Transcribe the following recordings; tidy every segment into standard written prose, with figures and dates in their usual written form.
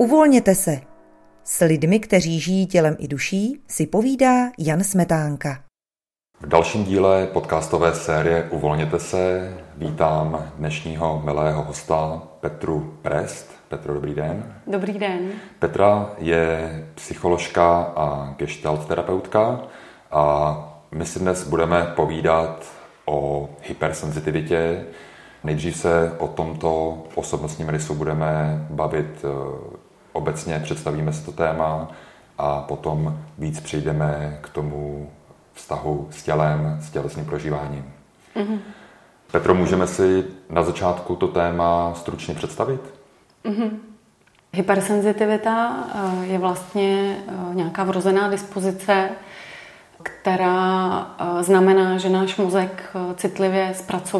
Uvolněte se. S lidmi, kteří žijí tělem i duší, si povídá Jan Smetánka. V dalším díle podcastové série Uvolněte se vítám dnešního milého hosta Petru Prest. Petro, dobrý den. Dobrý den. Petra je psycholožka a gestalt terapeutka a my si dnes budeme povídat o hypersenzitivitě. Nejdřív se o tomto osobnostním rysu budeme bavit obecně, představíme si to téma a potom víc přejdeme k tomu vztahu s tělem, s tělesným prožíváním. Mm-hmm. Petro, můžeme si na začátku to téma stručně představit? Mm-hmm. Hypersenzitivita je vlastně nějaká vrozená dispozice, která znamená, že náš mozek citlivě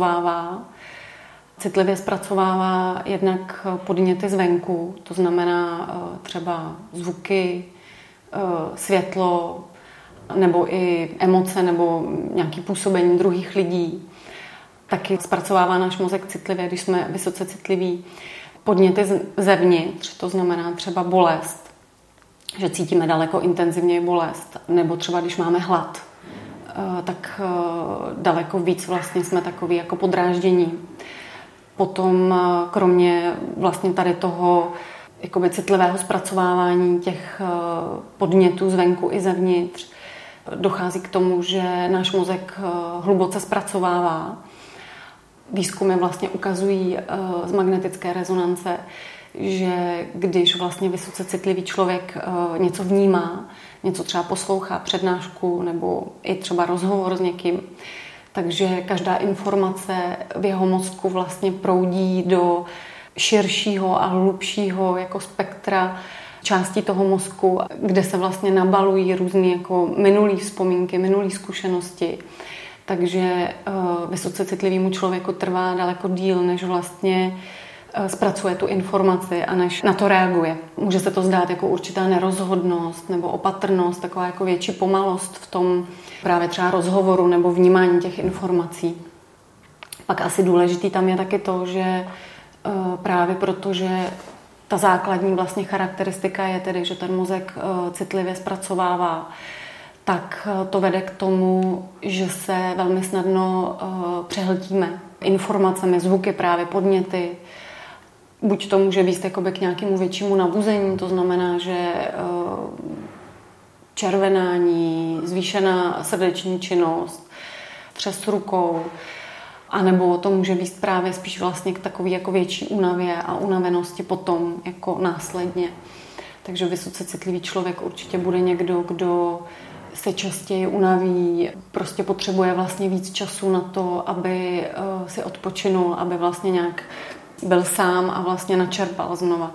zpracovává jednak podněty zvenku, to znamená třeba zvuky, světlo, nebo i emoce, nebo nějaké působení druhých lidí. Taky zpracovává náš mozek citlivě, když jsme vysoce citliví. Podněty zevnitř, to znamená třeba bolest, že cítíme daleko intenzivněji bolest, nebo třeba když máme hlad, tak daleko víc vlastně jsme takový jako podráždění. Potom kromě vlastně tady toho jakoby citlivého zpracovávání těch podnětů zvenku i zevnitř dochází k tomu, že náš mozek hluboce zpracovává. Výzkumy vlastně ukazují z magnetické rezonance, že když vlastně vysoce citlivý člověk něco vnímá, něco třeba poslouchá přednášku nebo i třeba rozhovor s někým, takže každá informace v jeho mozku vlastně proudí do širšího a hlubšího jako spektra části toho mozku, kde se vlastně nabalují různé jako minulý vzpomínky, minulý zkušenosti. Takže vysoce citlivému člověku trvá daleko díl, než vlastně zpracuje tu informaci a než na to reaguje. Může se to zdát jako určitá nerozhodnost nebo opatrnost, taková jako větší pomalost v tom právě třeba rozhovoru nebo vnímání těch informací. Pak asi důležitý tam je taky to, že právě protože ta základní vlastně charakteristika je tedy, že ten mozek citlivě zpracovává, tak to vede k tomu, že se velmi snadno přehltíme informacemi, zvuky, právě podněty. Buď to může být jakoby k nějakému většímu nabuzení, to znamená, že červenání, zvýšená srdeční činnost, třes rukou, anebo to může být právě spíš vlastně k takové jako větší únavě a unavenosti potom jako následně. Takže vysoce citlivý člověk určitě bude někdo, kdo se častěji unaví, prostě potřebuje vlastně víc času na to, aby si odpočinul, aby vlastně nějak byl sám a vlastně načerpal znova.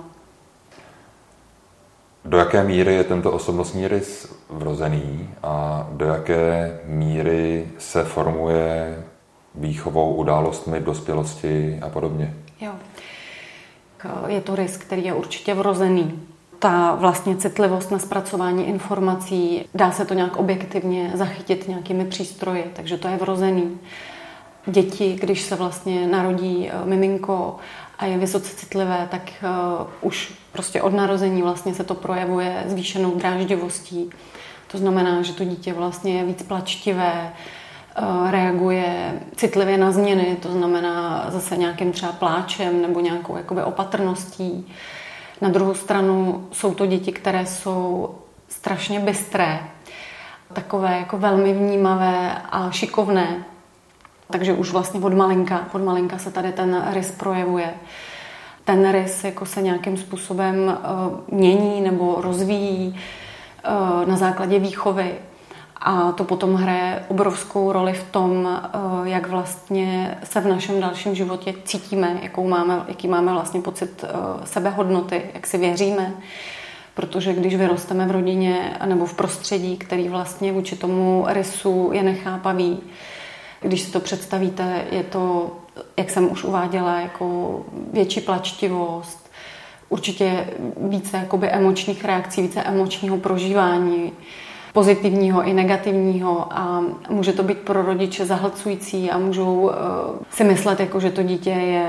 Do jaké míry je tento osobnostní rys vrozený a do jaké míry se formuje výchovou, událostmi v dospělosti a podobně? Jo. Je to rys, který je určitě vrozený. Ta vlastně citlivost na zpracování informací, dá se to nějak objektivně zachytit nějakými přístroji, takže to je vrozený. Děti, když se vlastně narodí miminko a je vysoce citlivé, tak už prostě od narození vlastně se to projevuje zvýšenou dráždivostí. To znamená, že to dítě vlastně je víc plačtivé, reaguje citlivě na změny, to znamená zase nějakým třeba pláčem nebo nějakou jakoby opatrností. Na druhou stranu jsou to děti, které jsou strašně bystré, takové jako velmi vnímavé a šikovné. Takže už vlastně od malinka se tady ten rys projevuje. Ten rys jako se nějakým způsobem mění nebo rozvíjí na základě výchovy. A to potom hraje obrovskou roli v tom, jak vlastně se v našem dalším životě cítíme, jaký máme vlastně pocit sebehodnoty, jak si věříme. Protože když vyrosteme v rodině nebo v prostředí, který vlastně vůči tomu rysu je nechápavý, když si to představíte, je to, jak jsem už uváděla, jako větší plačtivost, určitě více jakoby emočních reakcí, více emočního prožívání, pozitivního i negativního, a může to být pro rodiče zahlcující a můžou si myslet, jako, že to dítě je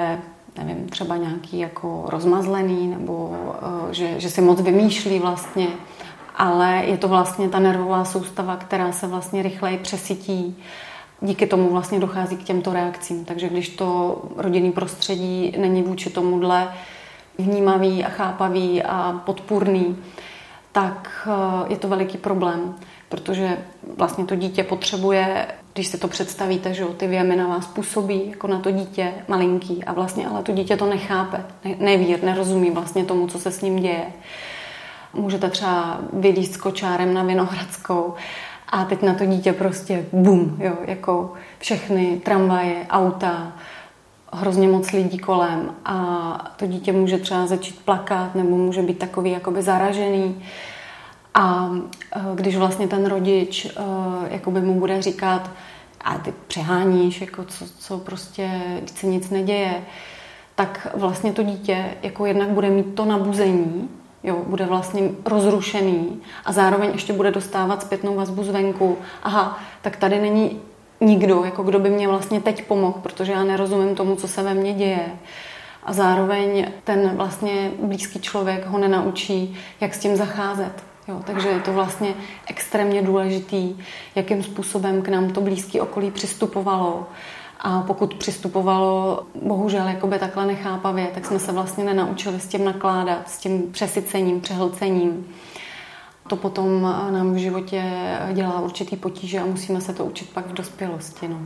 nevím, třeba nějaký jako rozmazlený, nebo že si moc vymýšlí vlastně, ale je to vlastně ta nervová soustava, která se vlastně rychleji přesytí. Díky tomu vlastně dochází k těmto reakcím. Takže když to rodinný prostředí není vůči tomuhle vnímavý a chápavý a podpůrný, tak je to veliký problém, protože vlastně to dítě potřebuje, když si to představíte, že ty věmy na vás působí jako na to dítě malinký a vlastně ale to dítě to nechápe, neví, nerozumí vlastně tomu, co se s ním děje. Můžete třeba vylízt s kočárem na Vinohradskou a teď na to dítě prostě bum, jo, jako všechny tramvaje, auta, hrozně moc lidí kolem a to dítě může třeba začít plakat nebo může být takový jakoby zaražený. A když vlastně ten rodič jakoby mu bude říkat, a ty přeháníš, jako co prostě, když se nic neděje, tak vlastně to dítě jako jednak bude mít to nabuzení, jo, bude vlastně rozrušený a zároveň ještě bude dostávat zpětnou vazbu zvenku. Aha, tak tady není nikdo, jako kdo by mě vlastně teď pomohl, protože já nerozumím tomu, co se ve mně děje. A zároveň ten vlastně blízký člověk ho nenaučí, jak s tím zacházet. Jo, takže je to vlastně extrémně důležitý, jakým způsobem k nám to blízké okolí přistupovalo. A pokud přistupovalo, bohužel jakoby takhle nechápavě, tak jsme se vlastně nenaučili s tím nakládat, s tím přesycením, přehlcením. To potom nám v životě dělá určitý potíže a musíme se to učit pak v dospělosti. No.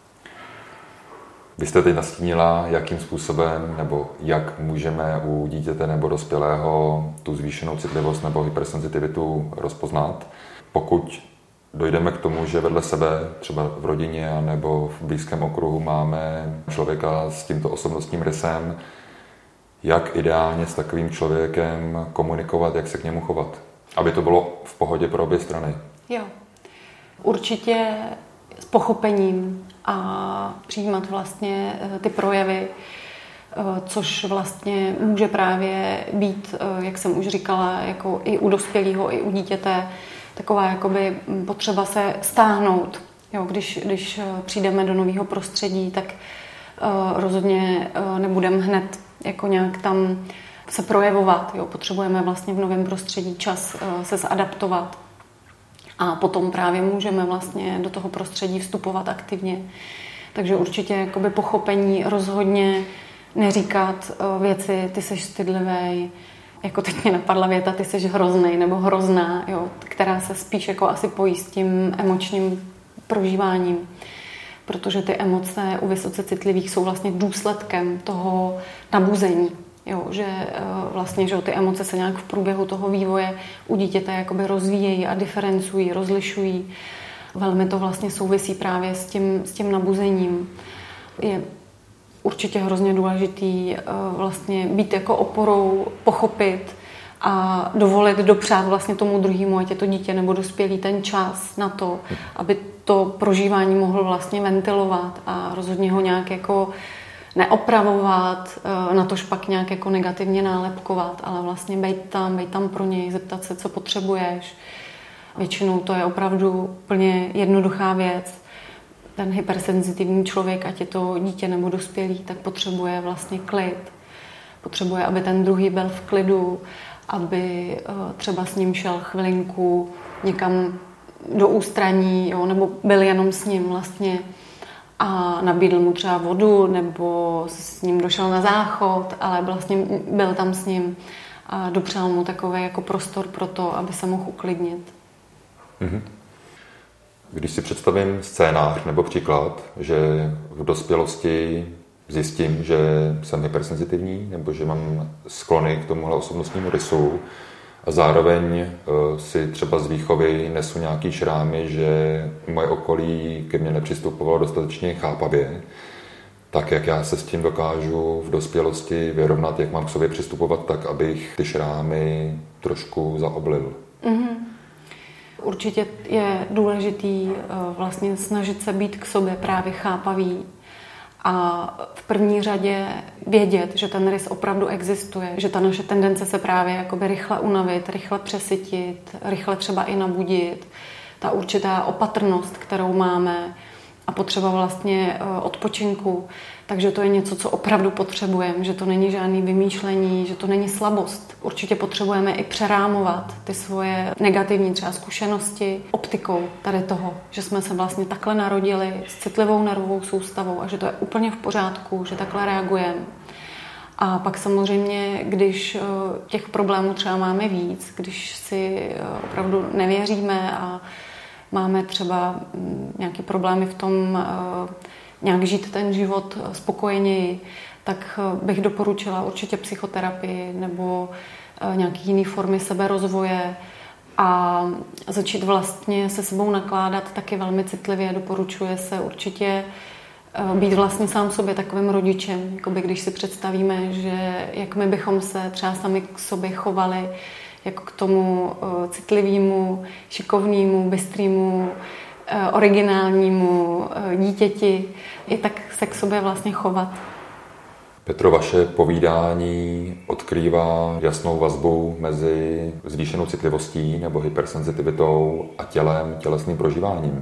Vy jste teď nastínila, jakým způsobem nebo jak můžeme u dítěte nebo dospělého tu zvýšenou citlivost nebo hypersenzitivitu rozpoznat. Pokud dojdeme k tomu, že vedle sebe, třeba v rodině nebo v blízkém okruhu máme člověka s tímto osobnostním rysem, jak ideálně s takovým člověkem komunikovat, jak se k němu chovat, aby to bylo v pohodě pro obě strany. Jo, určitě s pochopením a přijímat vlastně ty projevy, což vlastně může právě být, jak jsem už říkala, jako i u dospělého, i u dítěte, taková jakoby potřeba se stáhnout. Jo, když přijdeme do nového prostředí, tak rozhodně nebudeme hned jako nějak tam se projevovat. Jo, potřebujeme vlastně v novém prostředí čas se zadaptovat. A potom právě můžeme vlastně do toho prostředí vstupovat aktivně. Takže určitě jakoby pochopení, rozhodně neříkat věci, ty seš stydlivej, jako teď mě napadla věta, ty seš hroznej nebo hrozná, jo, která se spíš jako asi pojí s tím emočním prožíváním. Protože ty emoce u vysoce citlivých jsou vlastně důsledkem toho nabuzení. Jo, že vlastně že ty emoce se nějak v průběhu toho vývoje u dítěte jakoby rozvíjejí a diferencují, rozlišují. Velmi to vlastně souvisí právě s tím nabuzením. Je určitě hrozně důležitý vlastně být jako oporou, pochopit a dovolit dopřát vlastně tomu druhému, ať je to dítě nebo dospělý, ten čas na to, aby to prožívání mohl vlastně ventilovat a rozhodně ho nějak jako neopravovat, na tož pak nějak jako negativně nálepkovat, ale vlastně být tam pro něj, zeptat se, co potřebuješ. Většinou to je opravdu úplně jednoduchá věc. Ten hypersenzitivní člověk, ať je to dítě nebo dospělý, tak potřebuje vlastně klid. Potřebuje, aby ten druhý byl v klidu, aby třeba s ním šel chvilinku někam do ústraní, jo, nebo byl jenom s ním vlastně a nabídl mu třeba vodu, nebo s ním došel na záchod, ale byl tam s ním a dopřál mu takový jako prostor pro to, aby se mohl uklidnit. Mm-hmm. Když si představím scénář nebo příklad, že v dospělosti zjistím, že jsem hypersenzitivní nebo že mám sklony k tomuhle osobnostnímu rysu a zároveň si třeba z výchovy nesu nějaký šrámy, že moje okolí ke mně nepřistupovalo dostatečně chápavě, tak jak já se s tím dokážu v dospělosti vyrovnat, jak mám k sobě přistupovat tak, abych ty šrámy trošku zaoblil. Mm-hmm. Určitě je důležitý vlastně snažit se být k sobě právě chápavý a v první řadě vědět, že ten rys opravdu existuje, že ta naše tendence se právě jakoby rychle unavit, rychle přesytit, rychle třeba i nabudit, ta určitá opatrnost, kterou máme a potřeba vlastně odpočinku, Takže to je něco, co opravdu potřebujeme, že to není žádný vymýšlení, že to není slabost. Určitě potřebujeme i přerámovat ty svoje negativní třeba zkušenosti optikou tady toho, že jsme se vlastně takhle narodili s citlivou nervovou soustavou a že to je úplně v pořádku, že takhle reagujeme. A pak samozřejmě, když těch problémů třeba máme víc, když si opravdu nevěříme a máme třeba nějaké problémy v tom nějak žít ten život spokojeněji, tak bych doporučila určitě psychoterapii nebo nějaké jiné formy seberozvoje a začít vlastně se sebou nakládat taky velmi citlivě. Doporučuje se určitě být vlastně sám sobě takovým rodičem, jakoby když si představíme, že jak my bychom se třeba sami k sobě chovali, jako k tomu citlivému, šikovnému, bystrému, originálnímu dítěti, i tak se k sobě vlastně chovat. Petro, vaše povídání odkrývá jasnou vazbu mezi zvýšenou citlivostí nebo hypersenzitivitou a tělem, tělesným prožíváním.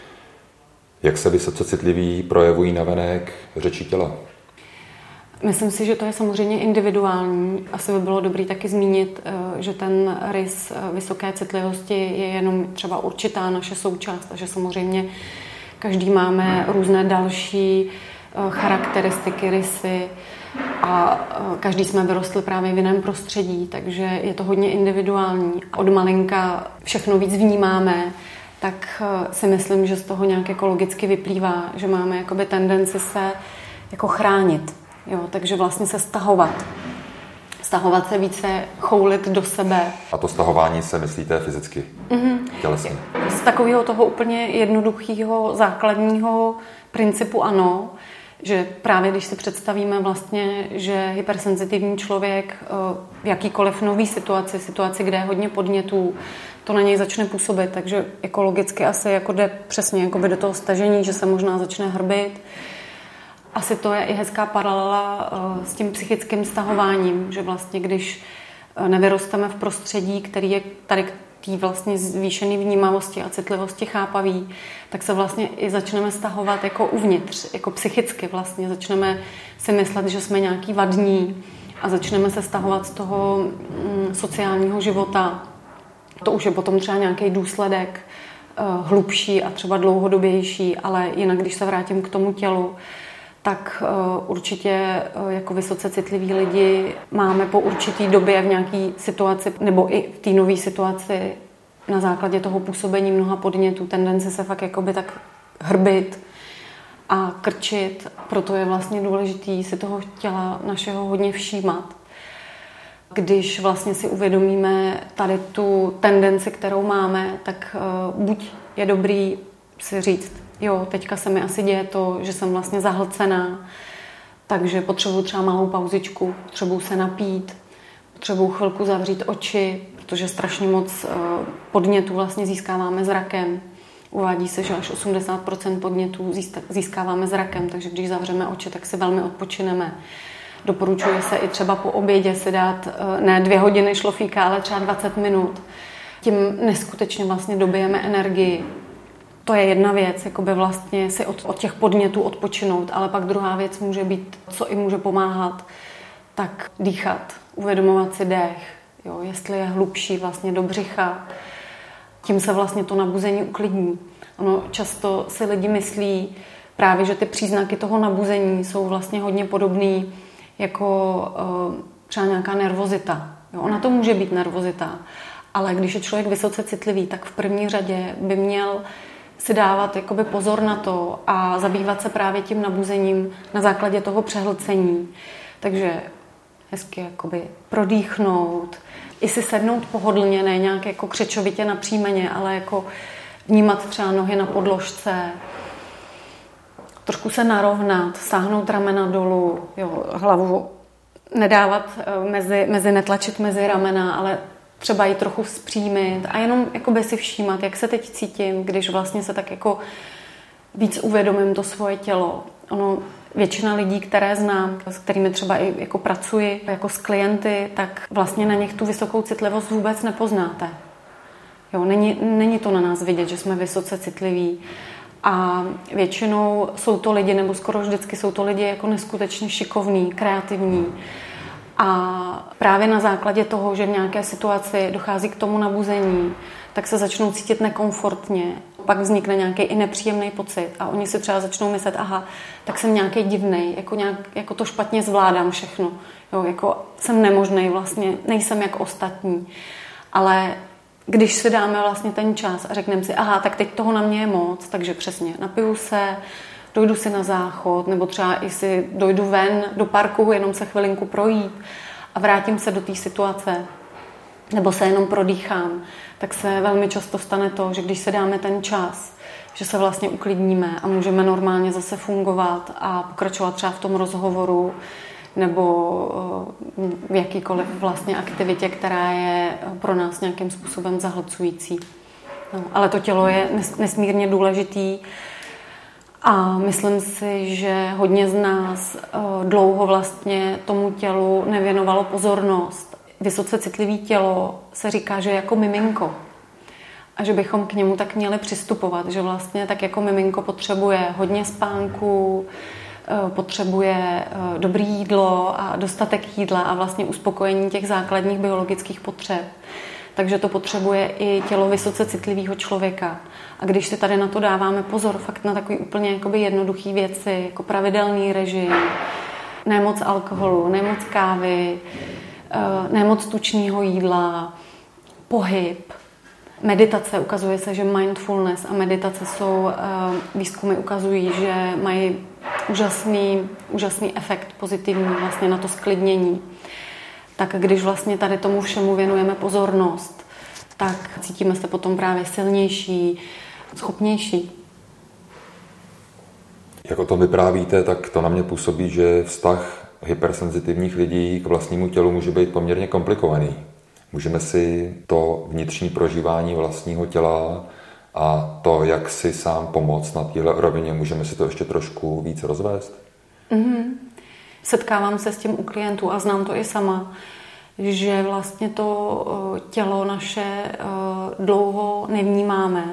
Jak se vysoce citliví projevují navenek řeči těla? Myslím si, že to je samozřejmě individuální. Asi by bylo dobré taky zmínit, že ten rys vysoké citlivosti je jenom třeba určitá naše součást a že samozřejmě každý máme různé další charakteristiky, rysy a každý jsme vyrostli právě v jiném prostředí, takže je to hodně individuální. Od malinka všechno víc vnímáme, tak si myslím, že z toho nějak ekologicky vyplývá, že máme jakoby tendenci se jako chránit. Jo, takže vlastně se stahovat se více, choulit do sebe. A to stahování se myslíte fyzicky, tělesně? Z takového toho úplně jednoduchého základního principu ano, že právě když si představíme vlastně, že hypersenzitivní člověk v jakýkoliv nový situaci, kde je hodně podnětů, to na něj začne působit, takže ekologicky asi jako jde přesně jakoby do toho stažení, že se možná začne hrbit. Asi to je i hezká paralela s tím psychickým stahováním, že vlastně když nevyrosteme v prostředí, který je tady k té vlastně zvýšené vnímavosti a citlivosti chápavý, tak se vlastně i začneme stahovat jako uvnitř, jako psychicky vlastně. Začneme si myslet, že jsme nějaký vadní a začneme se stahovat z toho sociálního života. To už je potom třeba nějaký důsledek hlubší a třeba dlouhodobější, ale jinak, když se vrátím k tomu tělu, tak určitě jako vysoce citliví lidi máme po určitý době v nějaké situaci nebo i v té nové situaci na základě toho působení mnoha podnětů tendenci se fakt jakoby tak hrbit a krčit. Proto je vlastně důležitý si toho těla našeho hodně všímat. Když vlastně si uvědomíme tady tu tendenci, kterou máme, tak buď je dobrý si říct, jo, teďka se mi asi děje to, že jsem vlastně zahlcená, takže potřebuji třeba malou pauzičku, potřebuji se napít, potřebuji chvilku zavřít oči, protože strašně moc podnětů vlastně získáváme zrakem. Uvádí se, že až 80% podnětů získáváme zrakem, takže když zavřeme oči, tak si velmi odpočineme. Doporučuje se i třeba po obědě si dát ne 2 hodiny šlofíka, ale třeba 20 minut. Tím neskutečně vlastně dobijeme energii. To je jedna věc, jakoby vlastně si od těch podnětů odpočinout, ale pak druhá věc může být, co i může pomáhat, tak dýchat, uvědomovat si dech, jo, jestli je hlubší vlastně do břicha. Tím se vlastně to nabuzení uklidní. Ono často si lidi myslí právě, že ty příznaky toho nabuzení jsou vlastně hodně podobný jako třeba nějaká nervozita. Jo, ona to může být nervozita, ale když je člověk vysoce citlivý, tak v první řadě by měl si dávat jakoby pozor na to a zabývat se právě tím nabuzením na základě toho přehlcení. Takže hezky jakoby prodýchnout, i si sednout pohodlně, ne nějak jako křečovitě napřímeně, ale jako vnímat třeba nohy na podložce, trošku se narovnat, sáhnout ramena dolů, jo, hlavu nedávat netlačit mezi ramena, ale třeba ji trochu vzpřímit a jenom jakoby si všímat, jak se teď cítím, když vlastně se tak jako víc uvědomím to svoje tělo. Ono, většina lidí, které znám, s kterými třeba i jako pracuji, jako s klienty, tak vlastně na nich tu vysokou citlivost vůbec nepoznáte. Jo, není to na nás vidět, že jsme vysoce citliví. A většinou jsou to lidi, nebo skoro vždycky jsou to lidi jako neskutečně šikovní, kreativní. A právě na základě toho, že v nějaké situaci dochází k tomu nabuzení, tak se začnou cítit nekomfortně. Pak vznikne nějaký i nepříjemný pocit a oni si třeba začnou myslet, aha, tak jsem nějaký divnej, jako to špatně zvládám všechno. Jo, jako jsem nemožnej vlastně, nejsem jak ostatní. Ale když si dáme vlastně ten čas a řekneme si, aha, tak teď toho na mě je moc, takže přesně napiju se, dojdu si na záchod, nebo třeba i si dojdu ven do parku, jenom se chvilinku projít a vrátím se do té situace, nebo se jenom prodýchám, tak se velmi často stane to, že když se dáme ten čas, že se vlastně uklidníme a můžeme normálně zase fungovat a pokračovat třeba v tom rozhovoru nebo v jakýkoliv vlastně aktivitě, která je pro nás nějakým způsobem zahlcující. No, ale to tělo je nesmírně důležitý a myslím si, že hodně z nás dlouho vlastně tomu tělu nevěnovalo pozornost. Vysoce citlivý tělo se říká, že je jako miminko a že bychom k němu tak měli přistupovat, že vlastně tak jako miminko potřebuje hodně spánku, potřebuje dobré jídlo a dostatek jídla a vlastně uspokojení těch základních biologických potřeb. Takže to potřebuje i tělo vysoce citlivého člověka. A když si tady na to dáváme pozor, fakt na takové úplně jakoby jednoduché věci, jako pravidelný režim, nemoc alkoholu, nemoc kávy, nemoc tučného jídla, pohyb, meditace, ukazuje se, že mindfulness a meditace jsou, výzkumy ukazují, že mají úžasný efekt pozitivní vlastně na to sklidnění. Tak když vlastně tady tomu všemu věnujeme pozornost, tak cítíme se potom právě silnější, schopnější. Jak o tom vyprávíte, tak to na mě působí, že vztah hypersenzitivních lidí k vlastnímu tělu může být poměrně komplikovaný. Můžeme si to vnitřní prožívání vlastního těla a to, jak si sám pomoct na téhle rovině, můžeme si to ještě trošku víc rozvést? Mm-hmm. Setkávám se s tím u klientů a znám to i sama, že vlastně to tělo naše dlouho nevnímáme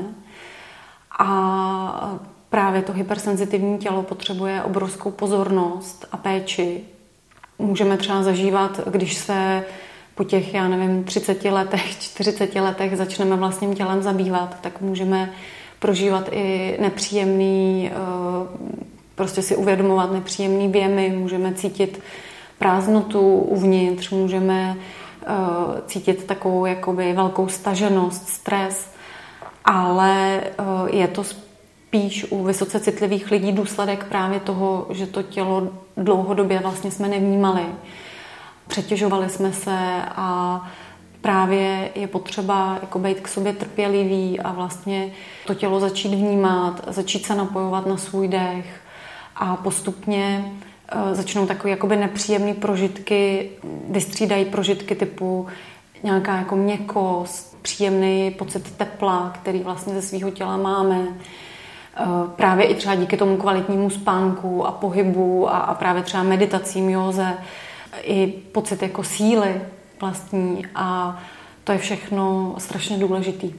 a právě to hypersenzitivní tělo potřebuje obrovskou pozornost a péči. Můžeme třeba zažívat, když se po těch, 30 letech, 40 letech začneme vlastním tělem zabývat, tak můžeme prožívat i nepříjemný, prostě si uvědomovat nepříjemný věmy, můžeme cítit prázdnotu uvnitř, můžeme cítit takovou jakoby velkou staženost, stres, ale je to spíš u vysoce citlivých lidí důsledek právě toho, že to tělo dlouhodobě vlastně jsme nevnímali. Přetěžovali jsme se a právě je potřeba jako být k sobě trpělivý a vlastně to tělo začít vnímat, začít se napojovat na svůj dech a postupně začnou takové jakoby nepříjemné prožitky, vystřídají prožitky typu nějaká jako měkkost, příjemný pocit tepla, který vlastně ze svého těla máme. Právě i třeba díky tomu kvalitnímu spánku a pohybu a právě třeba meditacím, józe, i pocit jako síly vlastní a to je všechno strašně důležitý.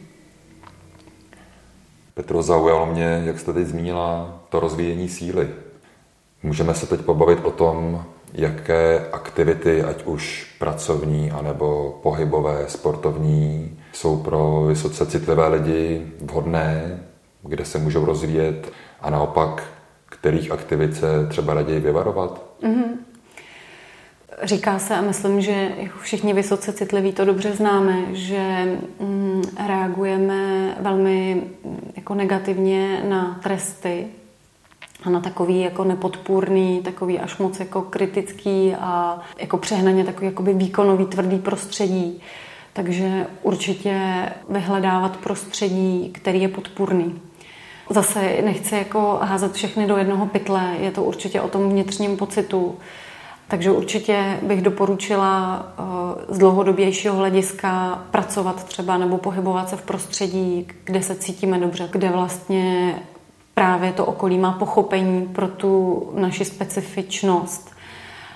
Petro, zaujalo mě, jak jste teď zmínila, to rozvíjení síly. Můžeme se teď pobavit o tom, jaké aktivity, ať už pracovní, anebo pohybové, sportovní, jsou pro vysoce citlivé lidi vhodné, kde se můžou rozvíjet a naopak, kterých aktivit se třeba raději vyvarovat? Mm-hmm. Říká se, a myslím, že všichni vysoce citliví to dobře známe, že reagujeme velmi jako negativně na tresty a na takový jako nepodpůrný, takový až moc jako kritický a jako přehnaně takový jakoby výkonový tvrdý prostředí. Takže určitě vyhledávat prostředí, který je podpůrný. Zase nechci jako házet všechny do jednoho pytle, je to určitě o tom vnitřním pocitu. Takže určitě bych doporučila z dlouhodobějšího hlediska pracovat třeba nebo pohybovat se v prostředí, kde se cítíme dobře, kde vlastně právě to okolí má pochopení pro tu naši specifičnost.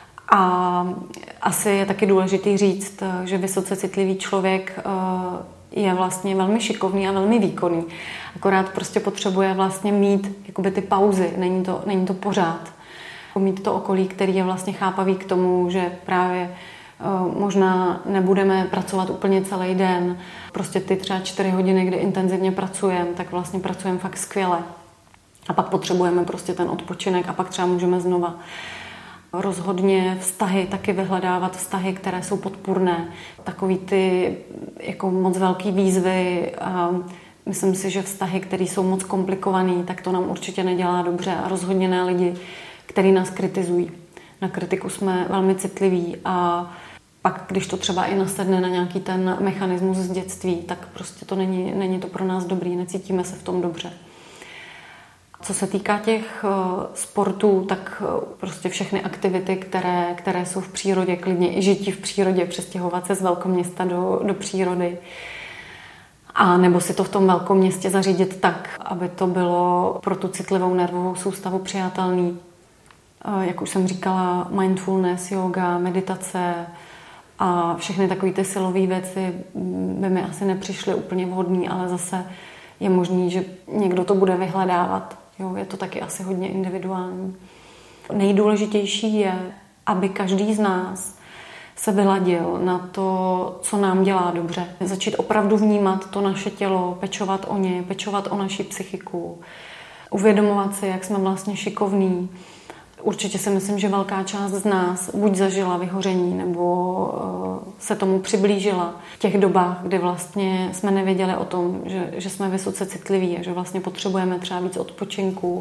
A asi je taky důležitý říct, že vysoce citlivý člověk je vlastně velmi šikovný a velmi výkonný. Akorát prostě potřebuje vlastně mít jakoby ty pauzy, není to pořád. Mít to okolí, který je vlastně chápavý k tomu, že právě možná nebudeme pracovat úplně celý den. Prostě ty třeba 4 hodiny, kdy intenzivně pracujeme, tak vlastně pracujeme fakt skvěle. A pak potřebujeme prostě ten odpočinek a pak třeba můžeme znova. Rozhodně vztahy, taky vyhledávat vztahy, které jsou podpůrné. Takový ty jako moc velký výzvy a myslím si, že vztahy, které jsou moc komplikovaný, tak to nám určitě nedělá dobře a rozhodně ne lidi, kteří nás kritizují. Na kritiku jsme velmi citliví a pak, když to třeba i nasedne na nějaký ten mechanismus z dětství, tak prostě to není to pro nás dobrý, necítíme se v tom dobře. Co se týká těch sportů, tak prostě všechny aktivity, které jsou v přírodě, klidně i žití v přírodě, přestěhovat se z velkoměsta do přírody. A nebo si to v tom velkoměstě zařídit tak, aby to bylo pro tu citlivou nervovou soustavu přijatelný. Jak už jsem říkala, mindfulness, yoga, meditace a všechny takové ty silové věci by mi asi nepřišly úplně vhodný, ale zase je možný, že někdo to bude vyhledávat. Jo, je to taky asi hodně individuální. Nejdůležitější je, aby každý z nás se vyladil na to, co nám dělá dobře. Začít opravdu vnímat to naše tělo, pečovat o ně, pečovat o naši psychiku, uvědomovat si, jak jsme vlastně šikovní. Určitě si myslím, že velká část z nás buď zažila vyhoření, nebo se tomu přiblížila v těch dobách, kdy vlastně jsme nevěděli o tom, že jsme vysoce citliví a že vlastně potřebujeme třeba víc odpočinku,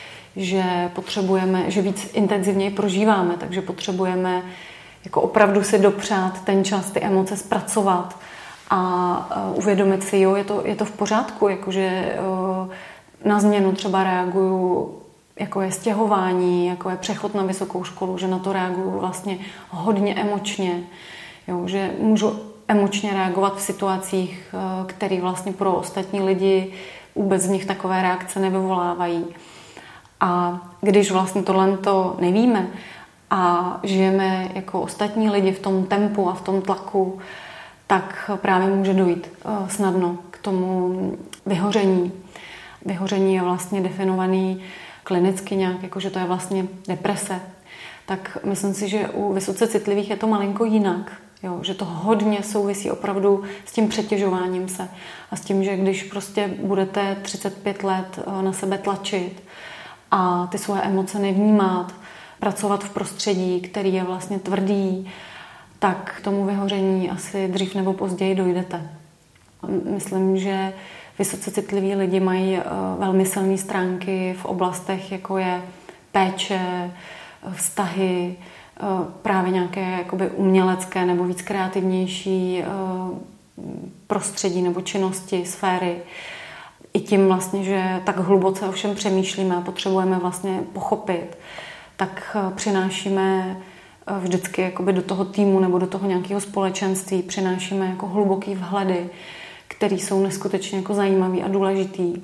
že víc intenzivněji prožíváme, takže potřebujeme jako opravdu si dopřát ten čas, ty emoce zpracovat a uvědomit si, jo, je to v pořádku, jakože na změnu třeba reaguju, jako je stěhování, jako je přechod na vysokou školu, že na to reaguju vlastně hodně emočně, jo, že můžu emočně reagovat v situacích, které vlastně pro ostatní lidi vůbec z nich takové reakce nevyvolávají. A když vlastně tohle to nevíme a žijeme jako ostatní lidi v tom tempu a v tom tlaku, tak právě může dojít snadno k tomu vyhoření. Vyhoření je vlastně definovaný klinicky nějak, jakože to je vlastně deprese. Tak myslím si, že u vysoce citlivých je to malinko jinak. Jo, že to hodně souvisí opravdu s tím přetěžováním se a s tím, že když prostě budete 35 let na sebe tlačit a ty svoje emoce nevnímat, pracovat v prostředí, který je vlastně tvrdý, tak k tomu vyhoření asi dřív nebo později dojdete. Myslím, že vysoce citliví lidi mají velmi silné stránky v oblastech, jako je péče, vztahy, právě nějaké jakoby umělecké nebo víc kreativnější prostředí nebo činnosti, sféry. I tím vlastně, že tak hluboce o všem přemýšlíme a potřebujeme vlastně pochopit, tak přinášíme vždycky jakoby do toho týmu nebo do toho nějakého společenství, přinášíme jako hluboký vhledy, který jsou neskutečně jako zajímavý a důležitý.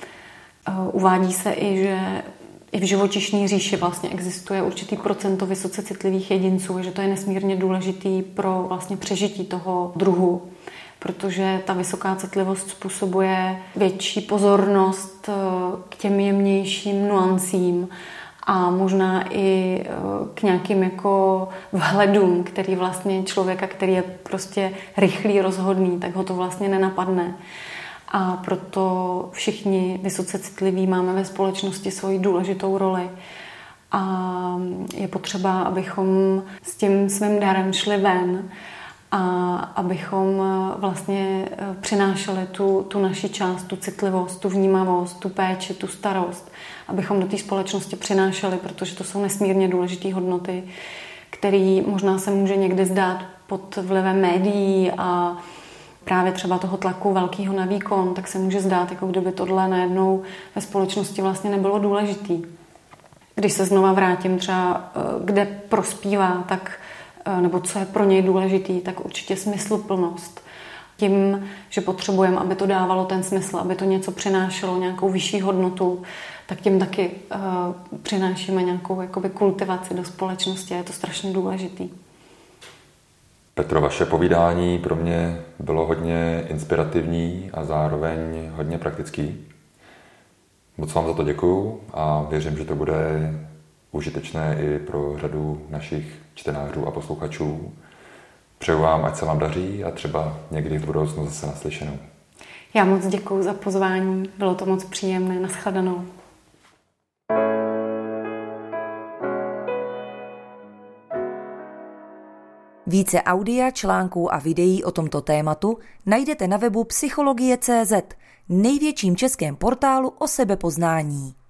Uvádí se i, že i v živočišní říši vlastně existuje určitý procento vysoce citlivých jedinců, že to je nesmírně důležitý pro vlastně přežití toho druhu, protože ta vysoká citlivost způsobuje větší pozornost k těm jemnějším nuancím a možná i k nějakým jako vhledům, který vlastně člověka, který je prostě rychlý, rozhodný, tak ho to vlastně nenapadne. A proto všichni vysoce citliví máme ve společnosti svoji důležitou roli. A je potřeba, abychom s tím svým darem šli ven a abychom vlastně přinášeli tu naši část, tu citlivost, tu vnímavost, tu péči, tu starost, abychom do té společnosti přinášeli, protože to jsou nesmírně důležité hodnoty, které možná se může někdy zdát pod vlivem médií a právě třeba toho tlaku velkého na výkon, tak se může zdát, jako kdyby tohle najednou ve společnosti vlastně nebylo důležitý. Když se znova vrátím třeba, kde prospívá, tak, nebo co je pro něj důležitý, tak určitě smysluplnost. Tím, že potřebujeme, aby to dávalo ten smysl, aby to něco přinášelo, nějakou vyšší hodnotu, tak tím taky přinášíme nějakou jakoby kultivaci do společnosti a je to strašně důležitý. Petro, vaše povídání pro mě bylo hodně inspirativní a zároveň hodně praktický. Moc vám za to děkuju a věřím, že to bude užitečné i pro řadu našich čtenářů a posluchačů. Přeju vám, ať se vám daří a třeba někdy v budoucnu zase naslyšenou. Já moc děkuju za pozvání, bylo to moc příjemné, nashledanou. Více audia, článků a videí o tomto tématu najdete na webu psychologie.cz, největším českém portálu o sebepoznání.